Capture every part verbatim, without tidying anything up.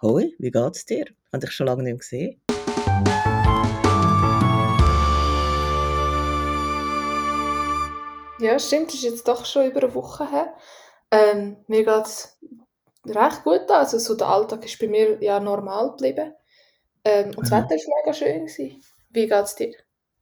Hoi, wie geht's dir? Habe dich schon lange nicht mehr gesehen. Ja, stimmt, das ist jetzt doch schon über eine Woche her. Ähm, mir geht's recht gut an. Also so der Alltag ist bei mir ja normal geblieben. Ähm, und das Aha. Wetter war mega schön gewesen. Wie geht's dir?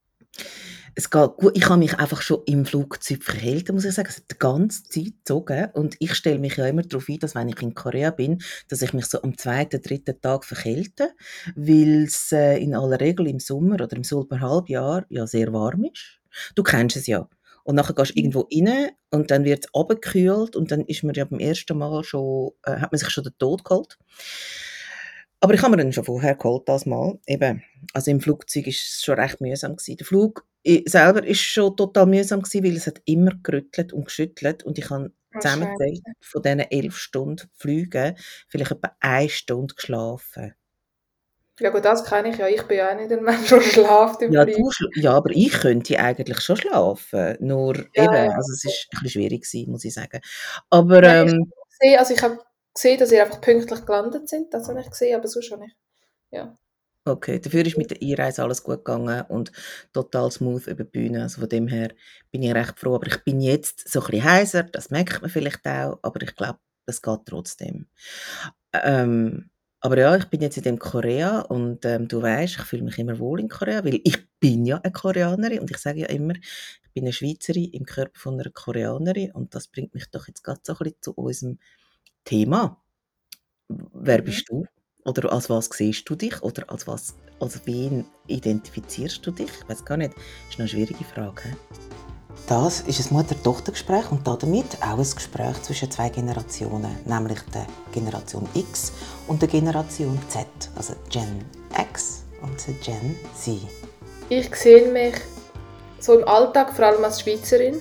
Es geht gut. Ich habe mich einfach schon im Flugzeug verkältet, muss ich sagen. Es hat die ganze Zeit gezogen. Und ich stelle mich ja immer darauf ein, dass wenn ich in Korea bin, dass ich mich so am zweiten, dritten Tag verkälte, weil es äh, in aller Regel im Sommer oder im Sommerhalbjahr ja sehr warm ist. Du kennst es ja. Und nachher gehst du Mhm. irgendwo rein und dann wird es runtergekühlt und dann ist man ja beim ersten Mal schon, äh, hat man sich schon den Tod geholt. Aber ich habe mir den schon vorher geholt, das Mal. Eben, also im Flugzeug ist es schon recht mühsam gewesen. Der Flug i selber ist schon total mühsam gewesen, weil es hat immer gerüttelt und geschüttelt und ich habe Oh, zusammengezählt Scheiße. von diesen elf Stunden Flügen vielleicht etwa eine Stunde geschlafen. Ja gut, das kenne ich ja. Ich bin ja auch nicht ein Mensch, der schläft im Ja, Flieger. du schla ja, aber ich könnte eigentlich schon schlafen, nur Ja, eben, ja. also es ist ein bisschen schwierig gewesen, muss ich sagen. Aber, Nein, ich ähm habe gesehen, also ich habe gesehen, dass ihr einfach pünktlich gelandet sind. Das habe ich gesehen, aber sonst habe ich, ja. Okay, dafür ist mit der Einreise alles gut gegangen und total smooth über die Bühne. Also von dem her bin ich recht froh. Aber ich bin jetzt so ein bisschen heiser, das merkt man vielleicht auch, aber ich glaube, das geht trotzdem. Ähm, aber ja, ich bin jetzt in dem Korea und ähm, du weißt, ich fühle mich immer wohl in Korea, weil ich bin ja eine Koreanerin und ich sage ja immer, ich bin eine Schweizerin im Körper von einer Koreanerin und das bringt mich doch jetzt gerade so ein bisschen zu unserem Thema. Wer Mhm. bist du? Oder als was siehst du dich? Oder als was, als wen identifizierst du dich? Ich weiß gar nicht. Das ist eine schwierige Frage. He? Das ist ein Mutter-Tochter-Gespräch und damit auch ein Gespräch zwischen zwei Generationen, nämlich der Generation X und der Generation Z, also Gen X und der Gen Z. Ich sehe mich so im Alltag, vor allem als Schweizerin.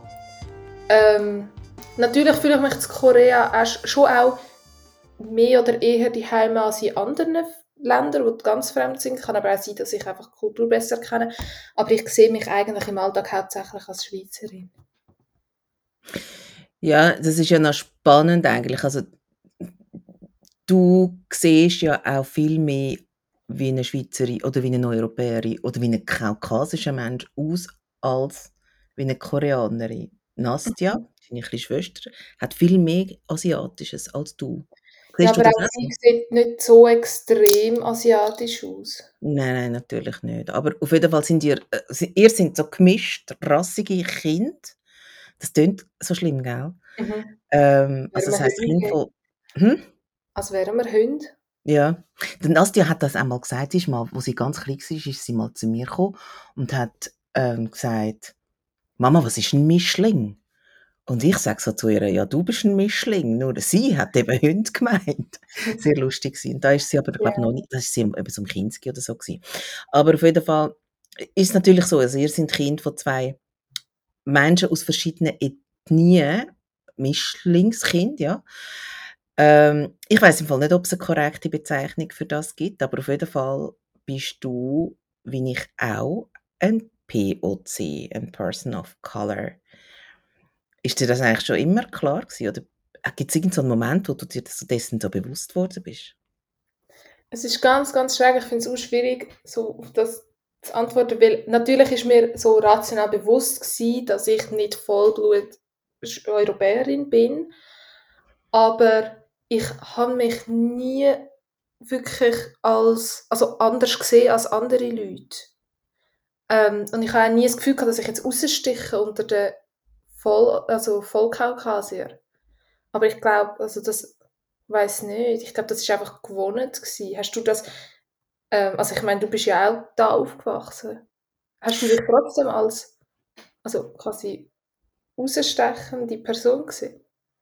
Ähm, natürlich fühle ich mich in Korea auch, schon auch mehr oder eher die Heime als in anderen Ländern, die ganz fremd sind. Kann aber auch sein, dass ich einfach die Kultur besser kenne. Aber ich sehe mich eigentlich im Alltag hauptsächlich als Schweizerin. Ja, das ist ja noch spannend eigentlich. Also du siehst ja auch viel mehr wie eine Schweizerin oder wie eine Europäerin oder wie ein kaukasischer Mensch aus als wie eine Koreanerin. Nastja, Mhm. deine kleine Schwester, hat viel mehr Asiatisches als du. Ja, Siehst du aber das auch auch sie so? sieht nicht so extrem asiatisch aus. Nein, nein, natürlich nicht. Aber auf jeden Fall sind ihr, äh, si ihr sind so gemischt rassige Kinder. Das tönt so schlimm, gell? Mhm. Ähm, also Wären das wir heisst Kind Hunde? von hm? Als wären wir Hunde? Ja. Die Nastja hat das einmal gesagt. Sie ist mal, wo sie ganz klein war, ist sie mal zu mir gekommen und hat, ähm, gesagt: „Mama, was ist 'n Mischling?“ Und ich sage so zu ihr: „Ja, du bist 'n Mischling.“ Nur sie hat eben Hunde gemeint. Sehr lustig gewesen. Und da ist sie aber, glaube Ja. noch nicht, da ist sie eben so im Kinski oder so gewesen. Aber auf jeden Fall ist es natürlich so, also ihr sind Kind von zwei Menschen aus verschiedenen Ethnien, Mischlingskind, ja. Ähm, ich weiss im Fall nicht, ob's 'ne korrekte Bezeichnung für das gibt, aber auf jeden Fall bist du, wie ich auch, ein P O C, ein Person of Color. Ist dir das eigentlich schon immer klar gewesen oder, äh, gibt's irgend so 'n Moment, wo du dir das dessen so bewusst worden bist? Es ist ganz, ganz schräg. Ich finde es auch schwierig, so auf das zu antworten, weil natürlich ist mir so rational bewusst gewesen, dass ich nicht Vollblut Sch Europäerin bin, aber ich habe mich nie wirklich als also anders gesehen als andere Leute. Ähm, und ich habe auch nie das Gefühl gehabt, dass ich jetzt rausstiche unter den Voll also Vollkaukasier. Aber ich glaube, also das weiß nicht. Ich glaube, das ist einfach gewohnt gsi. Hast du das ähm, also ich meine, du bist ja auch da aufgewachsen. Hast du dich trotzdem als also quasi rausstechende Person gesehen?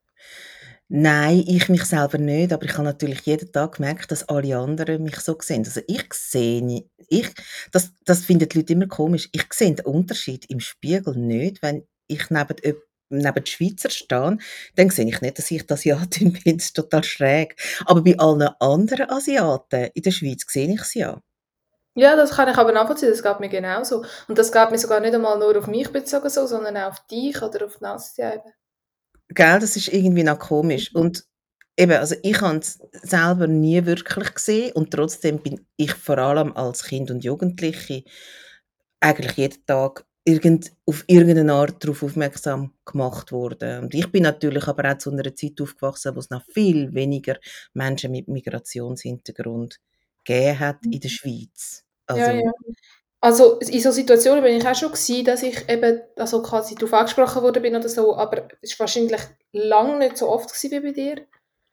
Nein, ich mich selber nicht, aber ich habe natürlich jeden Tag gemerkt, dass alle anderen mich so sehen. Also, ich sehe ni ich das das finden die Leute immer komisch. Ich sehe den Unterschied im Spiegel nicht, wenn ich neben öp neben die Schweizer stehe, dann sehe ich nicht, dass ich die Asiatin bin. Das ist total schräg. Aber bei allen anderen Asiaten in der Schweiz sehe ich's ja. Ja, das kann ich aber nachvollziehen, das geht mir genauso. Und das geht mir sogar nicht einmal nur auf mich bezogen so, sondern auch auf dich oder auf Nastja eben. Gell, das ist irgendwie noch komisch. Und eben, also ich habe es selber nie wirklich gesehen und trotzdem bin ich vor allem als Kind und Jugendliche eigentlich jeden Tag irgend auf irgendeine Art darauf aufmerksam gemacht worden. Und ich bin natürlich aber auch zu einer Zeit aufgewachsen, wo es noch viel weniger Menschen mit Migrationshintergrund gegeben hat in der Schweiz. Ja, Also ja. Also, in so Situationen bin ich auch schon gewesen, dass ich eben also quasi darauf angesprochen worden bin oder so, aber es war wahrscheinlich lange nicht so oft gewesen wie bei dir.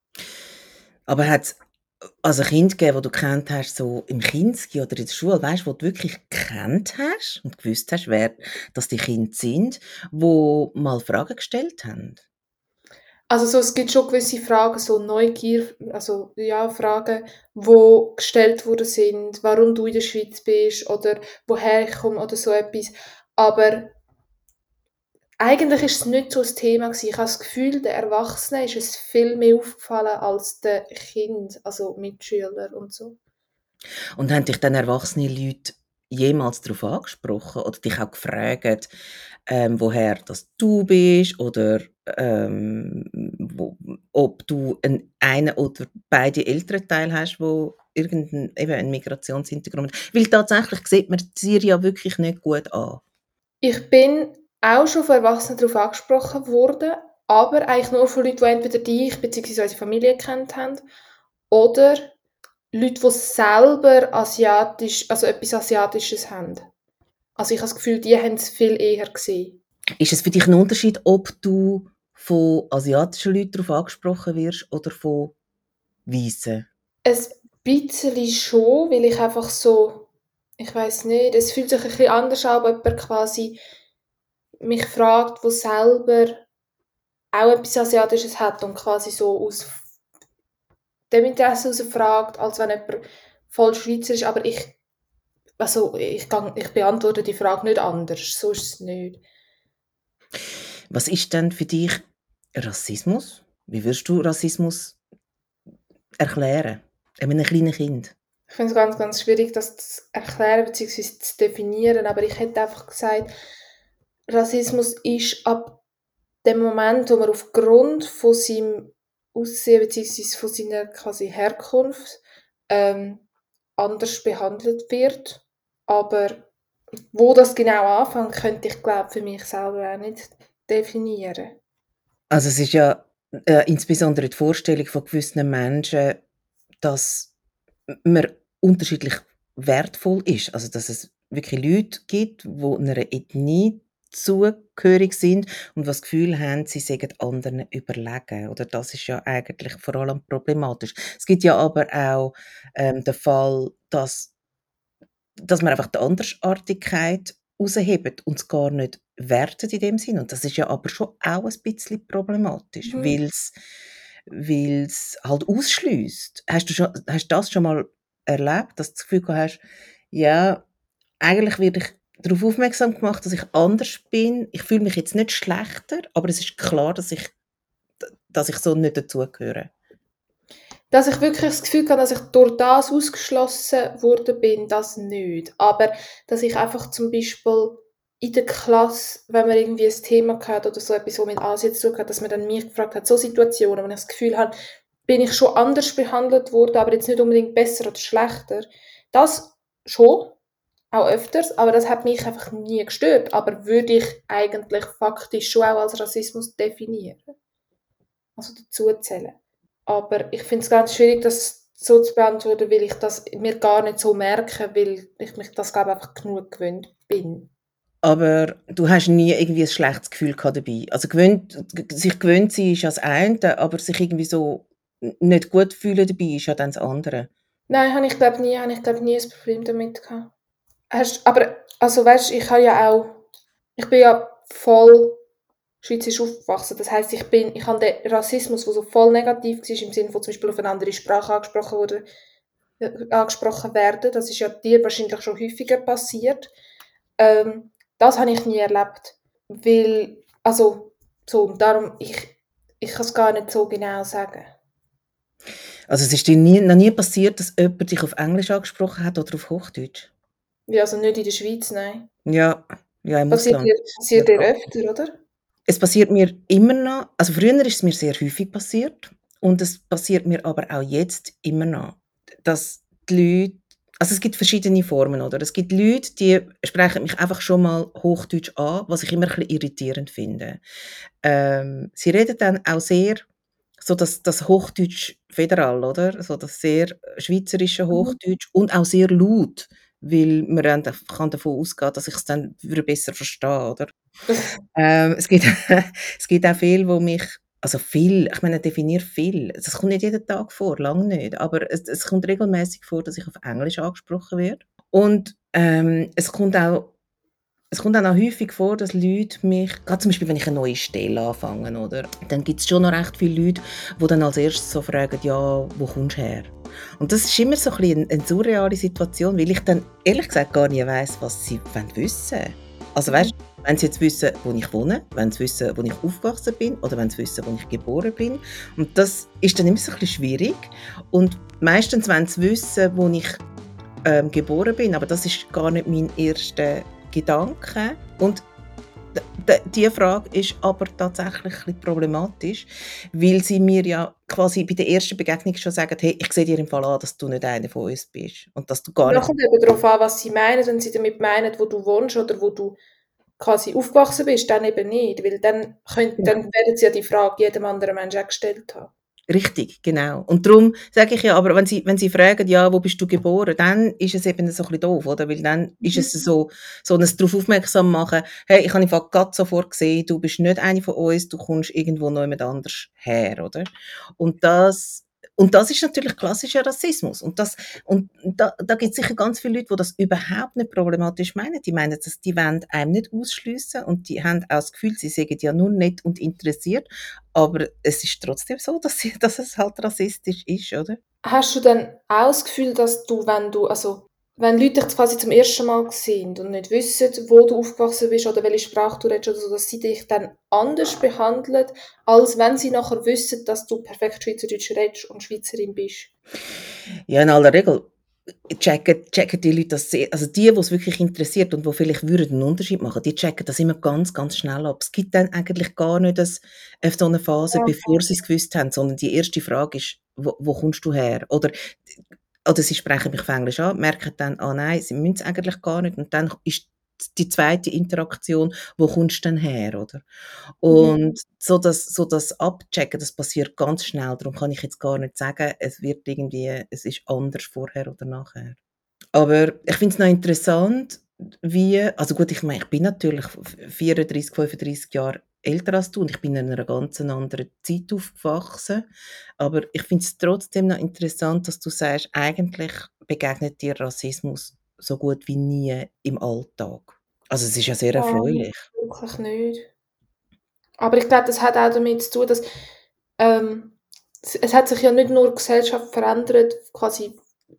aber hat's also Kinder gegeben, die du gekannt hast, so im Kinski oder in der Schule, weißt, wo du wirklich gekannt hast und gewusst hast, wer das die Kinder sind, wo mal Fragen gestellt haben? Also so, es gibt schon gewisse Fragen, so Neugier, also ja, Fragen, wo gestellt worden sind, warum du in der Schweiz bist oder woher ich komme oder so etwas. Aber eigentlich ist es nicht so das Thema gewesen. Ich habe das Gefühl, den Erwachsenen ist es viel mehr aufgefallen als den Kind, also Mitschülern und so. Und haben dich dann erwachsene Leute jemals darauf angesprochen oder dich auch gefragt, ähm, woher das du bist oder ähm, wo, ob du einen, einen oder beide Elternteile hast, wo irgendeinen eben einen Migrationshintergrund haben? Weil tatsächlich sieht man dir ja wirklich nicht gut an. Ich bin auch schon von Erwachsenen darauf angesprochen worden, aber eigentlich nur von Leuten, die entweder dich bzw. unsere Familie kennt haben oder Leute, die selber asiatisch, also etwas Asiatisches haben. Also ich habe das Gefühl, die haben es viel eher gesehen. Ist es für dich ein Unterschied, ob du von asiatischen Leuten darauf angesprochen wirst oder von Weißen? Ein bisschen schon, weil ich einfach so, ich weiß nicht, es fühlt sich ein bisschen anders an, ob jemand quasi mich fragt, der selber auch etwas Asiatisches hat und quasi so aus dem Interesse heraus fragt, als wenn jemand voll Schweizer ist. Aber ich, also ich, gang, ich beantworte die Frage nicht anders, so ist es nicht. Was ist denn für dich Rassismus? Wie würdest du Rassismus erklären? Einem kleinen Kind? Ich finde es ganz, ganz schwierig, das zu erklären bzw. zu definieren, aber ich hätte einfach gesagt, Rassismus ist ab dem Moment, wo man aufgrund von seinem Aussehen bzw. von seiner quasi Herkunft ähm, anders behandelt wird. Aber wo das genau anfängt, könnte ich glaube für mich selber auch nicht definieren. Also es ist ja äh, insbesondere die Vorstellung von gewissen Menschen, dass man unterschiedlich wertvoll ist. Also dass es wirklich Leute gibt, die einer Ethnie zugehörig sind und das Gefühl haben, sie seien anderen überlegen. Oder das ist ja eigentlich vor allem problematisch. Es gibt ja aber auch ähm, den Fall, dass dass man einfach die Andersartigkeit raushebt und es gar nicht wertet in dem Sinn. Und das ist ja aber schon auch ein bisschen problematisch, Mhm. weil's weil's halt ausschliesst. Hast du schon hast du das schon mal erlebt, dass du das Gefühl gehabt hast: „Ja, eigentlich werde ich darauf aufmerksam gemacht, dass ich anders bin. Ich fühle mich jetzt nicht schlechter, aber es ist klar, dass ich d dass ich so nicht dazugehöre.“ Dass ich wirklich das Gefühl hatte, dass ich durch das ausgeschlossen worden bin, das nicht. Aber dass ich einfach zum Beispiel in der Klasse, wenn man irgendwie ein Thema hat oder so etwas, das mit Asien zu tun hat, dass man dann mich gefragt hat, so Situationen, wo ich das Gefühl habe, bin ich schon anders behandelt worden, aber jetzt nicht unbedingt besser oder schlechter. Das schon, auch öfters, aber das hat mich einfach nie gestört. Aber würde ich eigentlich faktisch schon auch als Rassismus definieren, also dazu zählen. Aber ich finde es ganz schwierig, das so zu beantworten, weil ich das mir gar nicht so merke, weil ich mich das, glaube ich, einfach genug gewöhnt bin. Aber du hast nie irgendwie 'n schlechtes Gefühl gehabt dabei? Also gewöhnt g sich gewöhnt sein ist ja das eine, aber sich irgendwie so n nicht gut fühlen dabei ist ja dann das andere. Nein, habe ich glaube nie habe ich glaube nie ein Problem damit gehabt. Hast aber also weißt, ich habe ja auch ich bin ja voll schweizerisch aufgewachsen. Das heisst, ich bin ich habe den Rassismus, der so voll negativ war, im Sinne von zum Beispiel auf eine andere Sprache angesprochen wurde äh, angesprochen werden, das ist ja dir wahrscheinlich schon häufiger passiert. Ähm, das habe ich nie erlebt, weil also so und darum ich ich kann es gar nicht so genau sagen. Also, es ist dir nie noch nie passiert, dass jemand dich auf Englisch angesprochen hat oder auf Hochdeutsch? Ja, also nicht in der Schweiz, nein. Ja, ja, im Passiert Ausland. dir passiert dir Ja. öfter, oder? Es passiert mir immer noch, also früher ist es mir sehr häufig passiert, und es passiert mir aber auch jetzt immer noch, dass die Leute also es gibt verschiedene Formen, oder? Es gibt Leute, die sprechen mich einfach schon mal Hochdeutsch an, was ich immer ein bisschen irritierend finde. Ähm, sie reden dann auch sehr so das das Hochdeutsch föderal, oder? So das sehr schweizerische Mhm. Hochdeutsch und auch sehr laut, weil man dann da kann davon ausgehen, dass ich's dann würde besser verstehe, oder? Ähm, es gibt es gibt auch viele, wo mich also viel, ich meine, definiere viel. Das kommt nicht jeden Tag vor, lange nicht, aber es es kommt regelmäßig vor, dass ich auf Englisch angesprochen werde. Und, ähm, es kommt auch es kommt auch noch häufig vor, dass Leute mich grad zum Beispiel, wenn ich eine neue Stelle anfange, oder, dann gibt's schon noch recht viele Leute, die dann als Erstes so fragen: „Ja, wo kommst du her?“ Und das ist immer so ein bisschen 'n 'ne surreale Situation, weil ich dann ehrlich gesagt gar nicht weiss, was sie wollen wissen. Also Mhm. weißt, wollen sie jetzt wissen, wo ich wohne? Wollen sie wissen, wo ich aufgewachsen bin? Oder wollen sie wissen, wo ich geboren bin? Und das ist dann immer so ein bisschen schwierig. Und meistens wollen sie wissen, wo ich ähm, geboren bin, aber das ist gar nicht mein erster Gedanke. Und d d die Frage ist aber tatsächlich ein bisschen problematisch, weil sie mir ja quasi bei der ersten Begegnung schon sagen: „Hey, ich sehe dir im Fall an, dass du nicht einer von uns bist und dass du gar Ja, nicht.“ kommt eben darauf an, was sie meinen. Wenn sie damit meinen, wo du wohnst oder wo du quasi aufgewachsen bist, dann eben nicht, weil dann könnt Genau. dann werden sie ja die Frage jedem anderen Menschen auch gestellt haben. Richtig, genau. Und darum sage ich ja, aber wenn sie wenn sie fragen: „Ja, wo bist du geboren?“, dann ist es eben so ein bisschen doof, oder? Weil dann ist Mhm. es so so 'n darauf aufmerksam machen: „Hey, ich habe im Fall grad sofort gesehen, du bist nicht eine von uns, du kommst irgendwo noch jemand anders her“, oder? Und das und das ist natürlich klassischer Rassismus. Und das und da da gibt's sicher ganz viele Leute, die das überhaupt nicht problematisch meinen. Die meinen das die wollen einem nicht ausschliessen und die haben auch das Gefühl, sie seien ja nur nett und interessiert. Aber es ist trotzdem so, dass sie dass es halt rassistisch ist, oder? Hast du dann auch das Gefühl, dass du, wenn du also, wenn Leute dich quasi zum ersten Mal sehen und nicht wissen, wo du aufgewachsen bist oder welche Sprache du redest oder so, dass sie dich dann anders behandeln, als wenn sie nachher wissen, dass du perfekt Schweizerdeutsch redest und Schweizerin bist? Ja, in aller Regel checken checken die Leute das sehr, also die, wo's wirklich interessiert und wo vielleicht würden 'n Unterschied machen, die checken das immer ganz, ganz schnell ab. Es gibt dann eigentlich gar nicht das äh, so 'ne Phase, Ja. bevor sie's gewusst haben, sondern die erste Frage ist: „Wo wo kommst du her?“ Oder oder sie sprechen mich auf Englisch an, merken dann: „Ah nein, sie müssen's eigentlich gar nicht.“ Und dann ist die zweite Interaktion: „Wo kommst du denn her?“ Oder? Mhm. Und so das so das Abchecken, das passiert ganz schnell. Darum kann ich jetzt gar nicht sagen, es wird irgendwie es ist anders vorher oder nachher. Aber ich finde es noch interessant, wie also gut, ich meine, ich bin natürlich v vierunddreissig, fünfunddreissig Jahre älter als du und ich bin in einer ganz anderen Zeit aufgewachsen. Aber ich finde es trotzdem noch interessant, dass du sagst, eigentlich begegnet dir Rassismus so gut wie nie im Alltag. Also, es ist ja sehr Nein, erfreulich. wirklich nicht. Aber ich glaube, das hat auch damit zu tun, dass, ähm, es es hat sich ja nicht nur die Gesellschaft verändert, quasi,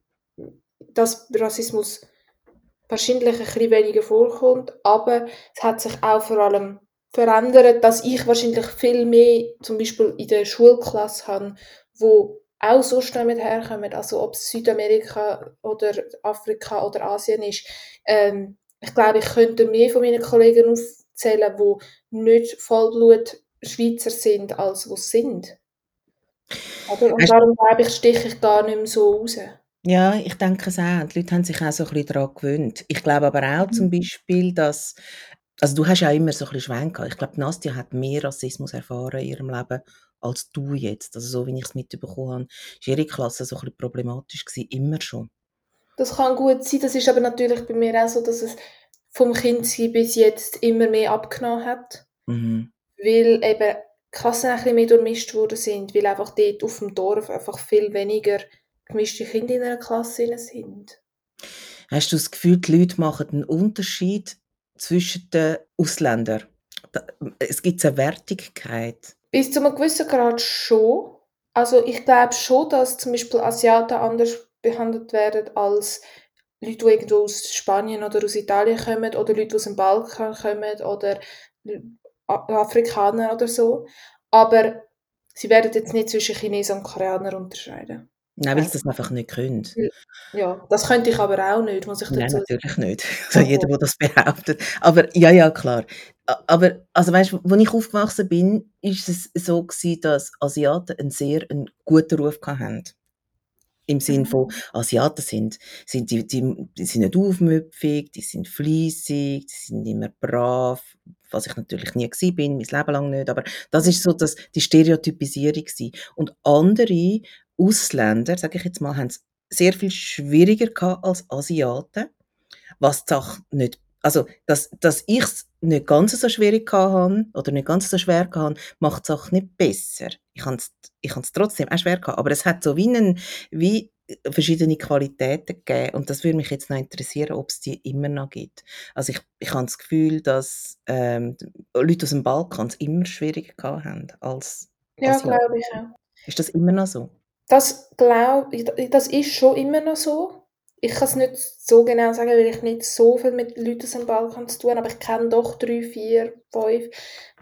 dass Rassismus wahrscheinlich ein bisschen weniger vorkommt, aber es hat sich auch vor allem verändert, dass ich wahrscheinlich viel mehr zum Beispiel in der Schulklasse habe, wo auch sonst jemand herkommen, also ob's Südamerika oder Afrika oder Asien ist. Ähm, ich glaube, ich könnte mehr von meinen Kollegen aufzählen, die nicht Vollblut-Schweizer sind, als wo's sind, oder? Und Hast darum glaube ich, steche ich gar nicht mehr so raus. Ja, ich denke es auch. Die Leute haben sich auch so 'n bisschen daran gewöhnt. Ich glaube aber auch Mhm. zum Beispiel, dass also, du hast ja immer so 'n bisschen Schwänke gehabt. Ich glaube, die Nastia hat mehr Rassismus erfahren in ihrem Leben als du jetzt. Also, so wie ich's mitbekommen habe, ist ihre Klasse so 'n bisschen problematisch gewesen, immer schon. Das kann gut sein. Das ist aber natürlich bei mir auch so, dass es vom Kindsein bis jetzt immer mehr abgenommen hat, Mhm. weil eben die Klassen ein bisschen mehr durchmischt worden sind, weil einfach dort auf dem Dorf einfach viel weniger gemischte Kinder in einer Klasse drin sind. Hast du das Gefühl, die Leute machen 'n Unterschied zwischen den Ausländern? Da es gibt eine Wertigkeit. Bis zu einem gewissen Grad schon. Also, ich glaube schon, dass zum Beispiel Asiaten anders behandelt werden als Leute, die irgendwo aus Spanien oder aus Italien kommen oder Leute, die aus dem Balkan kommen oder Lü A Afrikaner oder so. Aber sie werden jetzt nicht zwischen Chinesen und Koreanern unterscheiden. Nein, weil sie das einfach nicht können. Weil ja, das könnte ich aber auch nicht, muss ich Nein, dazu natürlich sagen. nicht. Also jeder, der das behauptet. Aber ja, ja, klar. A aber also weißt du, als ich aufgewachsen bin, ist es so gewesen, dass Asiaten einen sehr einen guten Ruf hatten. Im Sinne von Mhm. Asiaten sind sind die die die sind nicht aufmüpfig, die sind fleissig, die sind immer brav, was ich natürlich nie gsi bin, mein Leben lang nicht, aber das ist so das die Stereotypisierung gsi. Und andere Ausländer, sage ich jetzt mal, haben's sehr viel schwieriger gehabt als Asiaten, was die Sache nicht also, dass dass ich's nicht ganz so schwierig gehabt habe oder nicht ganz so schwer gehabt habe, macht die Sache nicht besser. Ich habe es ich habe es trotzdem auch schwer gehabt, aber es hat so wie 'nen wie verschiedene Qualitäten gegeben und das würde mich jetzt noch interessieren, ob's die immer noch gibt. Also, ich ich habe das Gefühl, dass, ähm, d Leute aus'm Balkan es immer schwieriger gehabt haben als Ja, Asiaten. glaube ich auch. Ist das immer noch so? Das glaube ich d das ist schon immer noch so. Ich kann's nicht so genau sagen, weil ich nicht so viel mit Leuten aus'm Balkan zu tun habe, aber ich kenne doch drei, vier, fünf.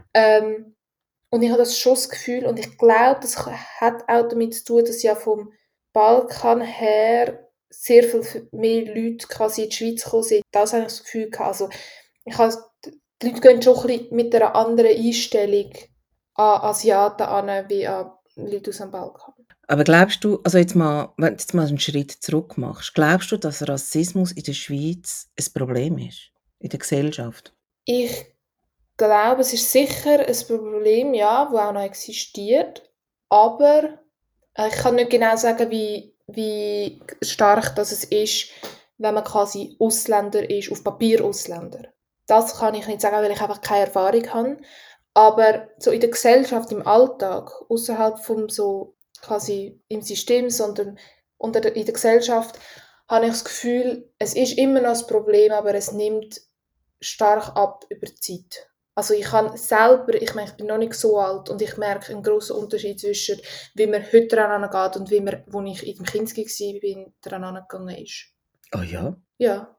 Ähm, und ich habe das schon das Gefühl und ich glaube, das k hat auch damit zu tun, dass ja vom Balkan her sehr viel f mehr Leute quasi in die Schweiz gekommen sind. Das habe ich das Gefühl gehabt. Also, ich habe d die Leute gehen schon ein bisschen mit einer anderen Einstellung an Asiaten ran wie an Leute aus'm Balkan. Aber glaubst du also jetzt mal wenn du jetzt mal 'n Schritt zurück machst, glaubst du, dass Rassismus in der Schweiz ein Problem ist? In der Gesellschaft? Ich glaube, es ist sicher ein Problem, ja, wo auch noch existiert, aber, äh, ich kann nicht genau sagen, wie wie stark das es ist, wenn man quasi Ausländer ist, auf Papier Ausländer. Das kann ich nicht sagen, weil ich einfach keine Erfahrung habe. Aber so in der Gesellschaft, im Alltag, ausserhalb vom so quasi im System, sondern unter der in der Gesellschaft, habe ich das Gefühl, es ist immer noch 'n Problem, aber es nimmt stark ab über die Zeit. Also, ich habe selber ich meine, ich bin noch nicht so alt und ich merke einen grossen Unterschied zwischen, wie man heute aneinander geht und wie man, wo ich in dem Kinski gsi bin, aneinander gegangen ist. Ah ja? Ja.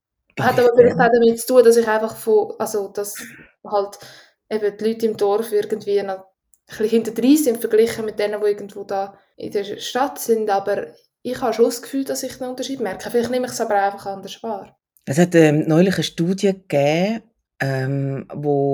Hat aber vielleicht Inwiefern? auch damit zu tun, dass ich einfach von also, dass halt eben die Leute im Dorf irgendwie noch ein bisschen hintendrein sind verglichen mit denen, die irgendwo da in der Stadt sind, aber ich habe schon das Gefühl, dass ich 'n Unterschied merke. Vielleicht nehme ich's aber einfach anders wahr. Es hat, ähm, neulich 'ne Studie gegeben, ähm,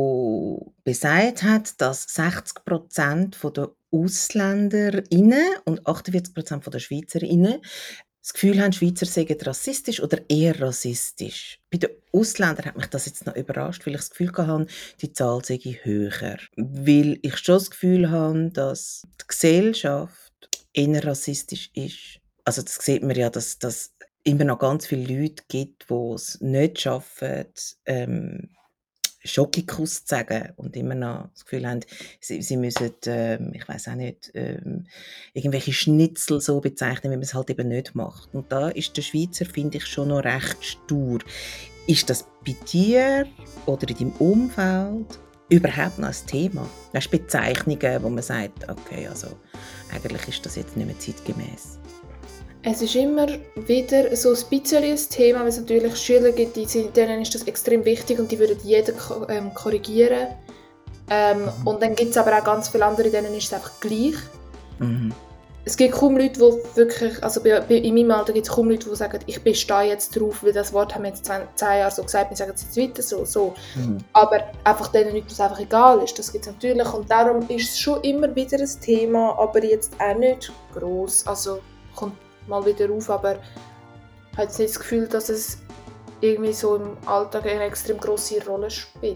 wo besagt hat, dass sechzig von der AusländerInnen und achtundvierzig von der SchweizerInnen das Gefühl haben, Schweizer seien rassistisch oder eher rassistisch. Bei den Ausländern hat mich das jetzt noch überrascht, weil ich das Gefühl hatte, die Zahl sei höher. Weil ich schon das Gefühl habe, dass die Gesellschaft eher rassistisch ist. Also, das sieht man ja, dass dass immer noch ganz viele Leute gibt, wo's nicht schaffen, ähm, Schokikuss zu sagen und immer noch das Gefühl haben, sie sie müssen, ähm, ich weiss auch nicht, ähm, irgendwelche Schnitzel so bezeichnen, wie man's halt eben nicht macht. Und da ist der Schweizer, finde ich, schon noch recht stur. Ist das bei dir oder in deinem Umfeld überhaupt noch ein Thema? Weisst du, Bezeichnungen, wo man sagt: „Okay, also eigentlich ist das jetzt nicht mehr zeitgemäß?“ Es ist immer wieder so 'n bisschen ein Thema, weil es natürlich Schüler gibt, die sind denen ist das extrem wichtig und die würden jeden ko ähm, korrigieren. Ähm, Mhm. und dann gibt's aber auch ganz viele andere, denen ist es einfach gleich. Mhm. Es gibt kaum Leute, die wirklich also bei bei in meinem Alter gibt's kaum Leute, die sagen: „Ich bestehe jetzt drauf, weil das Wort haben wir jetzt zehn zehn Jahre so gesagt, wir sagen es jetzt weiter so“, so. Mhm. Aber einfach denen Leuten, wo's einfach egal ist, das gibt's natürlich und darum ist es schon immer wieder ein Thema, aber jetzt auch nicht gross. Also, kommt mal wieder auf, aber ich habe jetzt nicht das Gefühl, dass es irgendwie so im Alltag eine extrem grosse Rolle spielt.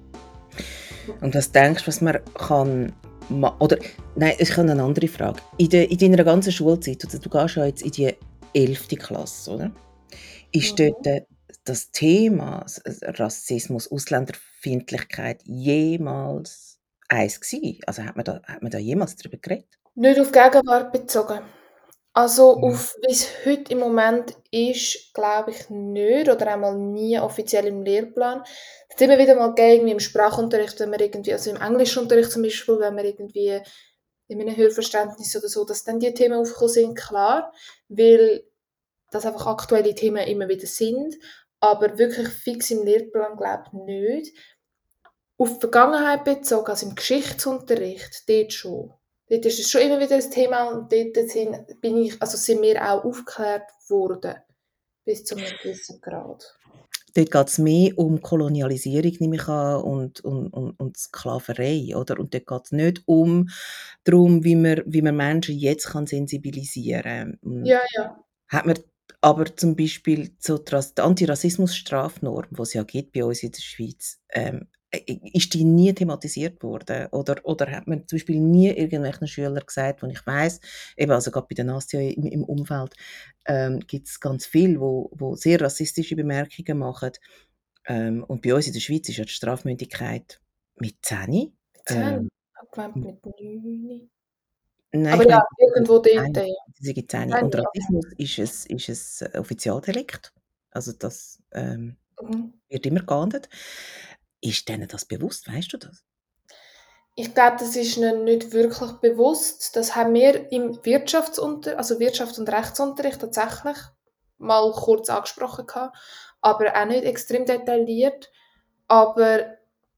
Und was denkst du, was man kann ma oder nein, ich habe 'ne andere Frage. In de in deiner ganzen Schulzeit, also du gehst ja jetzt in die elfte Klasse, oder? Ist dort Mhm. äh, das Thema S S Rassismus, Ausländerfeindlichkeit jemals eins gsi? Also hat man da hat man da jemals drüber geredet? Nicht auf Gegenwart bezogen. Also, Mhm. auf wie's heute im Moment ist, glaube ich nicht oder einmal nie offiziell im Lehrplan. Es hat immer wieder mal gegeben, irgendwie im Sprachunterricht, wenn wir irgendwie also im Englischunterricht zum Beispiel, wenn wir irgendwie in einem Hörverständnis oder so, dass dann die Themen aufgekommen sind, klar, weil das einfach aktuelle Themen immer wieder sind, aber wirklich fix im Lehrplan glaube ich nicht. Auf die Vergangenheit bezogen, also im Geschichtsunterricht, dort schon. dort ist es schon immer wieder ein Thema und dort sind, bin ich, also sind wir auch aufgeklärt worden, bis zu einem gewissen Grad. Dort geht es mehr um Kolonialisierung, nehme ich an, und, und, und, und Sklaverei, oder? Und dort geht es nicht um darum, wie man, wie man Menschen jetzt kann sensibilisieren kann. Ja, ja. Hat man aber zum Beispiel so die Ras- die Antirassismus-Strafnorm, die es ja gibt bei uns in der Schweiz, ähm, äh, ist die nie thematisiert worden? Oder, oder hat man zum Beispiel nie irgendwelchen Schülern gesagt, wo ich weiss, eben also gerade bei der Nastja im, im Umfeld, ähm, gibt es ganz viele, wo, wo sehr rassistische Bemerkungen machen. Ähm, und bei uns in der Schweiz ist ja die Strafmündigkeit mit zehn. Mit Ähm, zehn? Ich habe gemeint mit neun. nein, ich Aber ja, meine, irgendwo dort, zehn, ja. sie sind zehn. zehn, Und okay. Rassismus ist es, ist es ein Offizialdelikt. Also das ähm, Mhm. wird immer geahndet. Ist denen das bewusst? Weißt du das? Ich glaube, das ist ihnen nicht wirklich bewusst. Das haben wir im Wirtschaftsunter also Wirtschafts- und Rechtsunterricht tatsächlich mal kurz angesprochen gehabt, aber auch nicht extrem detailliert. Aber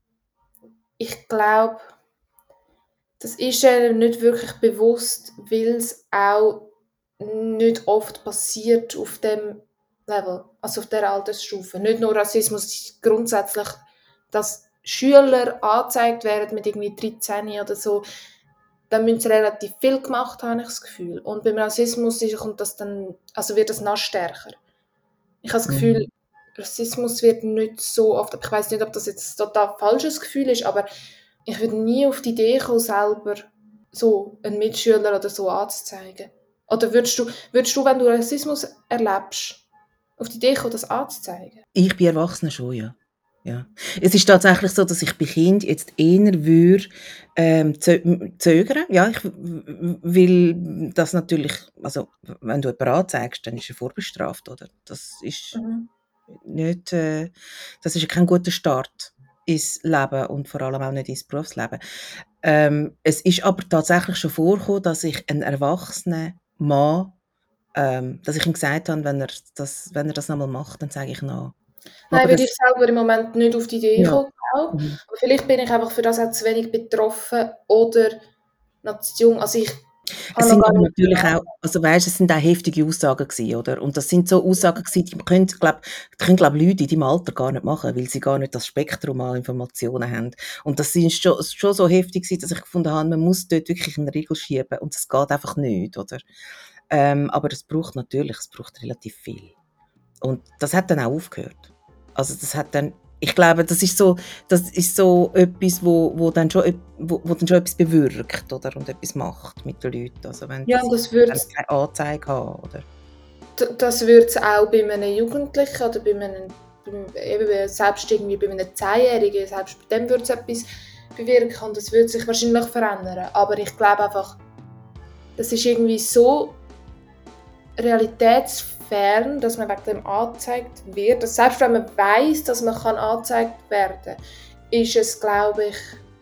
ich glaube, das ist ihnen nicht wirklich bewusst, weil es auch nicht oft passiert auf dem Level, also auf der Altersstufe. Nicht nur Rassismus, es ist grundsätzlich, dass Schüler angezeigt werden mit irgendwie dreizehn oder so, dann müssen sie relativ viel gemacht haben, habe ich das Gefühl. Und beim Rassismus ist, kommt das dann, also wird das noch stärker. Ich habe das Gefühl, Mhm. Rassismus wird nicht so oft, ich weiß nicht, ob das jetzt ein total falsches Gefühl ist, aber ich würde nie auf die Idee kommen, selber so einen Mitschüler oder so anzuzeigen. Oder würdest du, würdest du, wenn du Rassismus erlebst, auf die Idee kommen, das anzuzeigen? Ich bin Erwachsener schon, ja. Ja. Es ist tatsächlich so, dass ich bei Kind jetzt eher würde, ähm, zö zögern. Ja, ich w w weil das natürlich, also wenn du jemanden anzeigst, dann ist er vorbestraft, oder? Das ist Mhm. nicht, äh, das ist ja kein guter Start ins Leben und vor allem auch nicht ins Berufsleben. Ähm, es ist aber tatsächlich schon vorgekommen, dass ich einen erwachsenen Mann, ähm, dass ich ihm gesagt habe, wenn er das, wenn er das noch mal macht, dann sage ich nach. Nein, Aber würde ich das, selber im Moment nicht auf die Idee ja. kommen, glaube. Mhm. Aber vielleicht bin ich einfach für das auch zu wenig betroffen oder noch zu jung. Also ich Es habe noch sind gar aber nicht natürlich auch, also weisst, es sind auch heftige Aussagen gewesen, oder? Und das sind so Aussagen gewesen, die können, glaub, die können, glaub, Leute in deinem Alter gar nicht machen, weil sie gar nicht das Spektrum an Informationen haben. Und das sind schon, schon so heftig gewesen, dass ich gefunden habe, man muss dort wirklich einen Riegel schieben und das geht einfach nicht, oder? Ähm, aber es braucht natürlich, es braucht relativ viel. Und das hat dann auch aufgehört. Also das hat dann, ich glaube, das ist so, das ist so etwas, wo, wo, dann schon, ep- wo, wo dann schon etwas bewirkt, oder? Und etwas macht mit den Leuten. Also wenn Ja, sie und das würde dann keine Anzeige haben, oder? D das würde es auch bei einem Jugendlichen oder bei einem beim eben selbst irgendwie bei einem Zehnjährigen, selbst bei dem würde es etwas bewirken und das würde sich wahrscheinlich verändern. Aber ich glaube einfach, das ist irgendwie so realitätsfern, dass man wegen dem angezeigt wird. Dass selbst wenn man weiss, dass man kann angezeigt werden kann, ist es, glaube ich,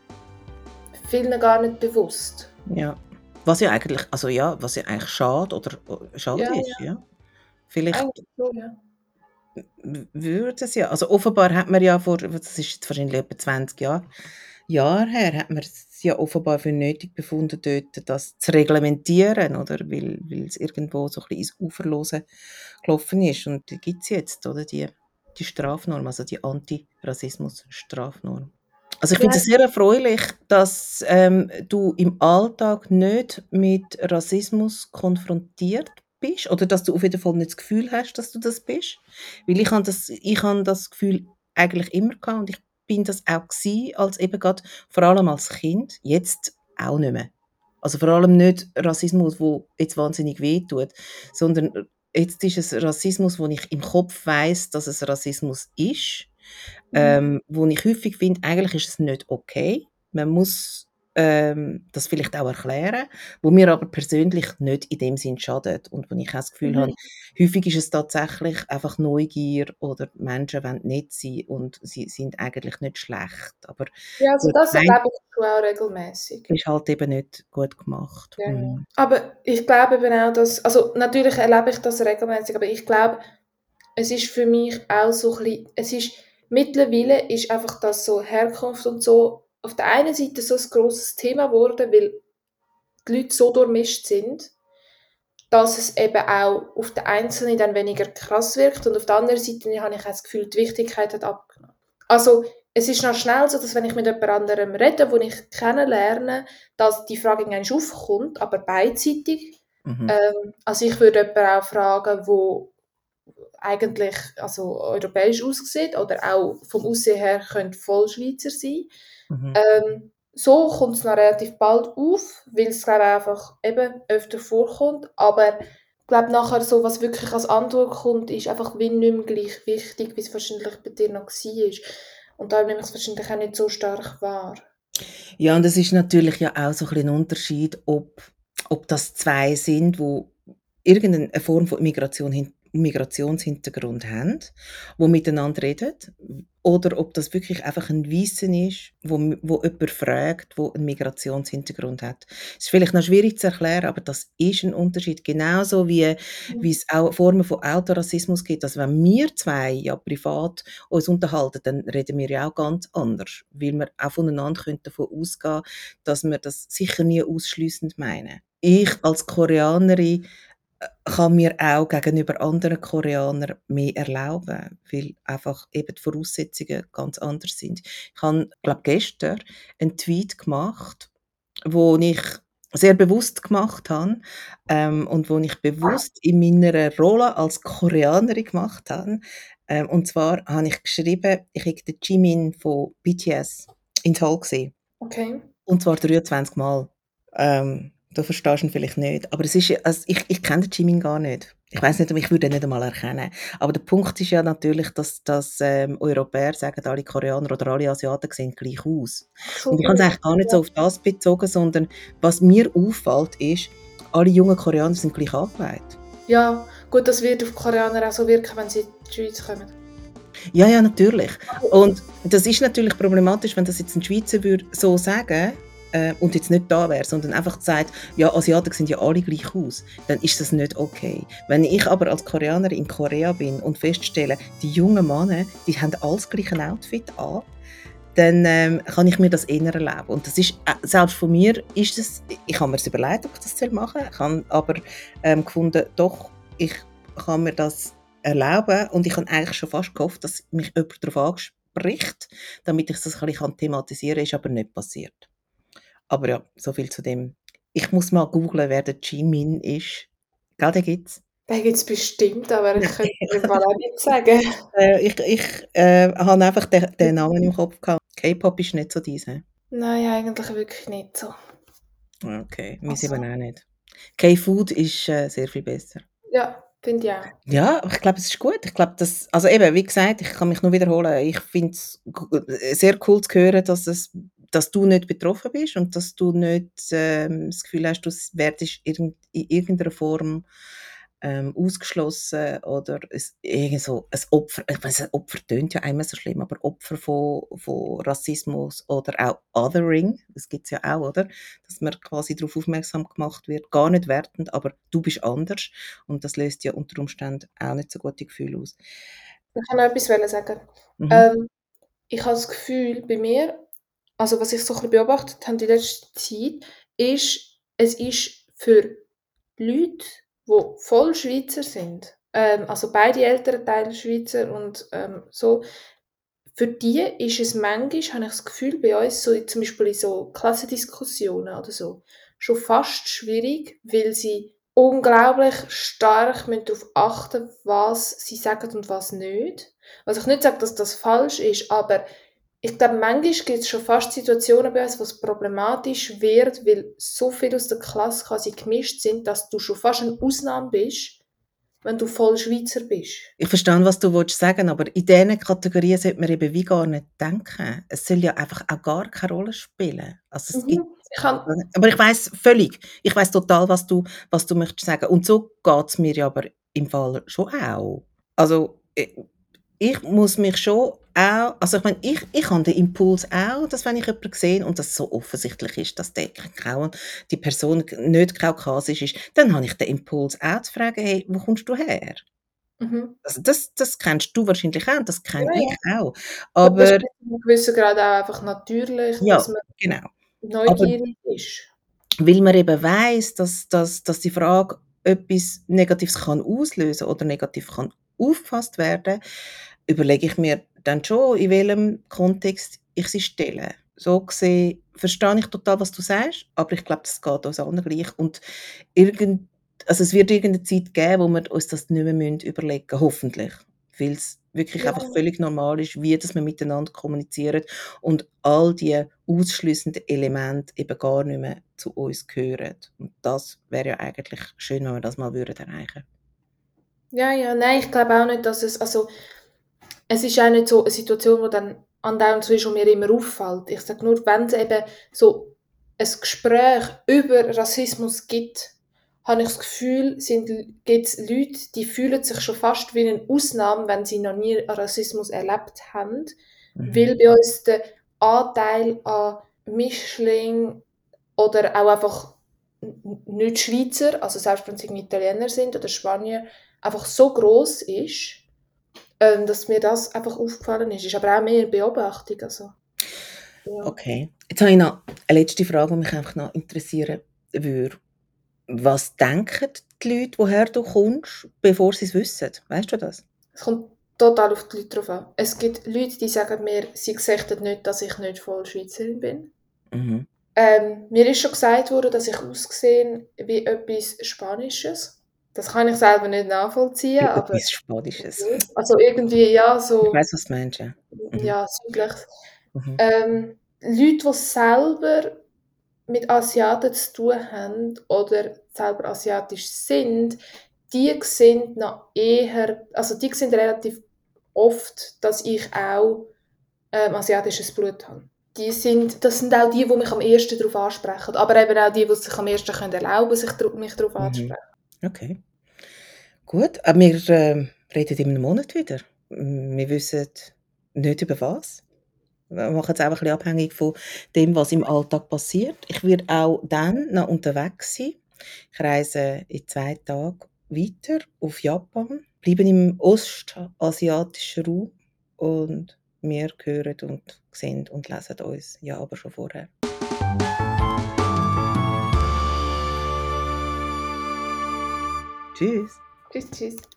vielen gar nicht bewusst. Ja. Was ja eigentlich, also ja, was ja eigentlich schade oder o- schade Ja, ist, ja, ja. Vielleicht eigentlich so, ja. w- würde es ja, also offenbar hat man ja vor, das ist jetzt wahrscheinlich etwa zwanzig Jahre, Jahre her, hat man es ja offenbar für nötig befunden, dort das zu reglementieren, oder? Weil, weil es irgendwo so ein bisschen ins Uferlose gelaufen ist. Und die gibt es jetzt, oder? Die, die Strafnorm, also die Antirassismus-Strafnorm. Also ich finde Ja, es sehr erfreulich, dass ähm, du im Alltag nicht mit Rassismus konfrontiert bist oder dass du auf jeden Fall nicht das Gefühl hast, dass du das bist. Weil ich habe das, ich habe das Gefühl eigentlich immer gehabt und ich bin das auch gewesen, als eben gerade, vor allem als Kind, jetzt auch nicht mehr. Also vor allem nicht Rassismus, wo jetzt wahnsinnig wehtut, sondern jetzt ist es Rassismus, wo ich im Kopf weiß, dass es Rassismus ist, mhm. ähm, wo ich häufig finde, eigentlich ist es nicht okay. Man muss ähm, das vielleicht auch erklären, wo mir aber persönlich nicht in dem Sinn schadet und wo ich auch das Gefühl habe, Mhm. häufig ist es tatsächlich einfach Neugier oder die Menschen wollen nett sein und sie sind eigentlich nicht schlecht, aber Ja, also der das Teig erlebe ich schon auch regelmäßig. ist halt eben nicht gut gemacht. Ja, ja. Mhm. Aber ich glaube eben auch, dass, also natürlich erlebe ich das regelmäßig, aber ich glaube, es ist für mich auch so ein bisschen, es ist, mittlerweile ist einfach das so Herkunft und so auf der einen Seite so ein grosses Thema geworden, weil die Leute so durchmischt sind, dass es eben auch auf den Einzelnen dann weniger krass wirkt und auf der anderen Seite habe ich auch das Gefühl, die Wichtigkeit hat abgenommen. Also es ist noch schnell so, dass wenn ich mit jemand anderem rede, den ich kennenlerne, dass die Frage irgendwann aufkommt, aber beidseitig. Mhm. Ähm, also ich würde jemanden auch fragen, wo eigentlich also europäisch aussieht oder auch vom Aussehen her könnte voll Schweizer sein. Mhm. Ähm, so kommt es noch relativ bald auf, weil es glaube ich einfach eben öfter vorkommt, aber ich glaube nachher so, was wirklich als Antwort kommt, ist einfach wie nicht mehr gleich wichtig, wie es wahrscheinlich bei dir noch war. Und da nehme ich es wahrscheinlich auch nicht so stark wahr. Ja, und es ist natürlich ja auch so ein bisschen ein Unterschied, ob, ob das zwei sind, wo irgendeine Form von Migration hin, Migrationshintergrund haben, die miteinander reden, oder ob das wirklich einfach ein Weissen ist, wo, wo jemand fragt, wo einen Migrationshintergrund hat. Das ist vielleicht noch schwierig zu erklären, aber das ist ein Unterschied. Genauso wie, wie es auch Formen von Autorassismus gibt. Also wenn wir zwei ja privat uns unterhalten, dann reden wir ja auch ganz anders, weil wir auch voneinander können davon ausgehen, dass wir das sicher nie ausschliessend meinen. Ich als Koreanerin kann mir auch gegenüber anderen Koreanern mehr erlauben, weil einfach eben die Voraussetzungen ganz anders sind. Ich habe, glaube gestern einen Tweet gemacht, wo ich sehr bewusst gemacht habe ähm, und wo ich bewusst in meiner Rolle als Koreanerin gemacht habe. Ähm, und zwar habe ich geschrieben, ich habe den Jimin von B T S in Seoul gesehen. Okay. Und zwar dreiundzwanzig Mal. Ähm, du verstehst ihn vielleicht nicht. Aber es ist, ja- also ich, ich kenne den Jimin gar nicht. Ich weiß nicht, ich würde ihn nicht einmal erkennen. Aber der Punkt ist ja natürlich, dass, dass ähm, Europäer sagen, alle Koreaner oder alle Asiaten sehen gleich aus. So Und ich habe es viel. eigentlich gar nicht so auf das bezogen, sondern was mir auffällt, ist, alle jungen Koreaner sind gleich angelegt. Ja, gut, das wird auf die Koreaner auch so wirken, wenn sie in die Schweiz kommen. Ja, ja, natürlich. Und das ist natürlich problematisch, wenn das jetzt ein Schweizer würde so sagen äh, und jetzt nicht da wäre, sondern einfach sagt, ja, Asiaten sehen ja alle gleich aus, dann ist das nicht okay. Wenn ich aber als Koreanerin in Korea bin und feststelle, die jungen Männer, die haben alles das gleiche Outfit an, dann ähm, kann ich mir das eher erleben. Und das ist, äh, selbst von mir ist das, ich habe mir das überlegt, ob ich das machen soll, ich habe aber ähm, gefunden, doch, ich kann mir das erlauben und ich habe eigentlich schon fast gehofft, dass mich jemand darauf anspricht, damit ich das ein bisschen thematisieren kann, ist aber nicht passiert. Aber ja, so viel zu dem. Ich muss mal googlen, wer der Jimin ist. Gell, den gibt's? Den gibt es bestimmt, aber ich Ja. könnte es im Fall auch nicht sagen. Äh, ich ich äh, habe einfach den, den Namen im Kopf gehabt. K-Pop ist nicht so deins, hä? Nein, eigentlich wirklich nicht so. Okay, wir Also, eben auch nicht. K-Food ist äh, sehr viel besser. ja, finde ich auch. Ja, aber ich glaube, es ist gut. Ich glaube, das, also eben, wie gesagt, ich kann mich nur wiederholen. Ich finde es sehr cool zu hören, dass, es, dass du nicht betroffen bist und dass du nicht ähm, das Gefühl hast, du werdest irgend, in irgendeiner Form ähm, ausgeschlossen oder es, irgend so ein Opfer, ich weiss, ein Opfer tönt ja einmal so schlimm, aber Opfer von, von Rassismus oder auch Othering, das gibt es ja auch, oder? Dass man quasi darauf aufmerksam gemacht wird, gar nicht wertend, aber du bist anders und das löst ja unter Umständen auch nicht so gute Gefühle aus. Ich kann noch etwas sagen. Mhm. Ähm, ich habe das Gefühl, bei mir, also was ich so ein bisschen beobachtet habe in letzter Zeit, ist, es ist für Leute, die voll Schweizer sind, ähm, also beide Elternteile Schweizer und ähm, so, für die ist es manchmal, habe ich das Gefühl, bei uns, so zum Beispiel in so Klassendiskussionen oder so, schon fast schwierig, weil sie unglaublich stark müssen darauf achten, was sie sagen und was nicht. Was ich nicht sage, dass das falsch ist, aber ich glaube, manchmal gibt es schon fast Situationen bei uns, wo es problematisch wird, weil so viele aus der Klasse quasi gemischt sind, dass du schon fast eine Ausnahme bist, wenn du voll Schweizer bist. Ich verstehe, was du willst sagen, aber in diesen Kategorien sollte man eben wie gar nicht denken. Es soll ja einfach auch gar keine Rolle spielen. Also es gibt, Mhm. Ich kann, aber ich weiß völlig, ich weiß total, was du, was du möchtest sagen. Und so geht es mir ja aber im Fall schon auch. Also ich, ich muss mich schon auch, also ich meine, ich, ich habe den Impuls auch, dass wenn ich jemanden sehe und das so offensichtlich ist, dass der Kau- die Person nicht kaukasisch ist, dann habe ich den Impuls auch zu fragen, hey, wo kommst du her? mhm. Also das das kennst du wahrscheinlich auch und das kenne Ja, ich ja. auch. Ich glaube, das ist Aber bis zu einem gewissen Grad auch einfach natürlich, ja, dass man genau. Aber neugierig ist. weil man eben weiss, dass, dass, dass die Frage etwas Negatives kann auslösen oder negativ kann aufgefasst werden, überlege ich mir dann schon, in welchem Kontext ich sie stelle. So gesehen verstehe ich total, was du sagst, aber ich glaube, das geht uns allen gleich. Und irgend, also es wird irgendeine Zeit geben, wo wir uns das nicht mehr müssen überlegen müssen, hoffentlich. Weil es wirklich Ja. einfach völlig normal ist, wie dass wir miteinander kommunizieren und all die ausschliessenden Elemente eben gar nicht mehr zu uns gehören. Und das wäre ja eigentlich schön, wenn wir das mal würden erreichen. Ja, ja, nein, ich glaube auch nicht, dass es, also, es ist auch nicht so eine Situation, die dann andauernd so ist und mir immer auffällt. Ich sage nur, wenn es eben so ein Gespräch über Rassismus gibt, habe ich das Gefühl, gibt es Leute, die fühlen sich schon fast wie eine Ausnahme, wenn sie noch nie Rassismus erlebt haben, Mhm. weil bei uns der Anteil an Mischling oder auch einfach n- nicht Schweizer, also selbst wenn sie irgendwie Italiener sind oder Spanier, einfach so groß ist, ähm, dass mir das einfach aufgefallen ist. Ist aber auch mehr eine Beobachtung. Also, ja. Okay. Jetzt habe ich noch eine letzte Frage, die mich einfach noch interessieren würde. Was denken die Leute, woher du kommst, bevor sie es wissen? Weißt du das? Es kommt total auf die Leute drauf an. Es gibt Leute, die sagen mir, sie sehen nicht, dass ich nicht voll Schweizerin bin. Mhm. Ähm, mir ist schon gesagt worden, dass ich aussehe wie etwas Spanisches. Das kann ich selber nicht nachvollziehen, Wie aber etwas Spanisches. also irgendwie, ja, Ich so, weiss, was du meinst, ja. Mhm. ja, südlich. Mhm. Ähm, Leute, die selber mit Asiaten zu tun haben oder selber asiatisch sind, die sehen noch eher, also die sehen relativ oft, dass ich auch ähm, asiatisches Blut habe. Die sind, das sind auch die, die mich am ehesten darauf ansprechen, aber eben auch die, die sich am ehesten können erlauben sich dr- mich darauf Mhm. anzusprechen. Okay. Gut, aber wir äh, reden in einem Monat wieder. Mm, Wir wissen nicht über was. Wir machen es auch ein bisschen abhängig von dem, was im Alltag passiert. Ich werde auch dann noch unterwegs sein. Ich reise in zwei Tagen weiter auf Japan, bleibe im ostasiatischen Raum und wir hören und sehen und lesen uns ja aber schon vorher. Tschüss. Tschüss, tschüss.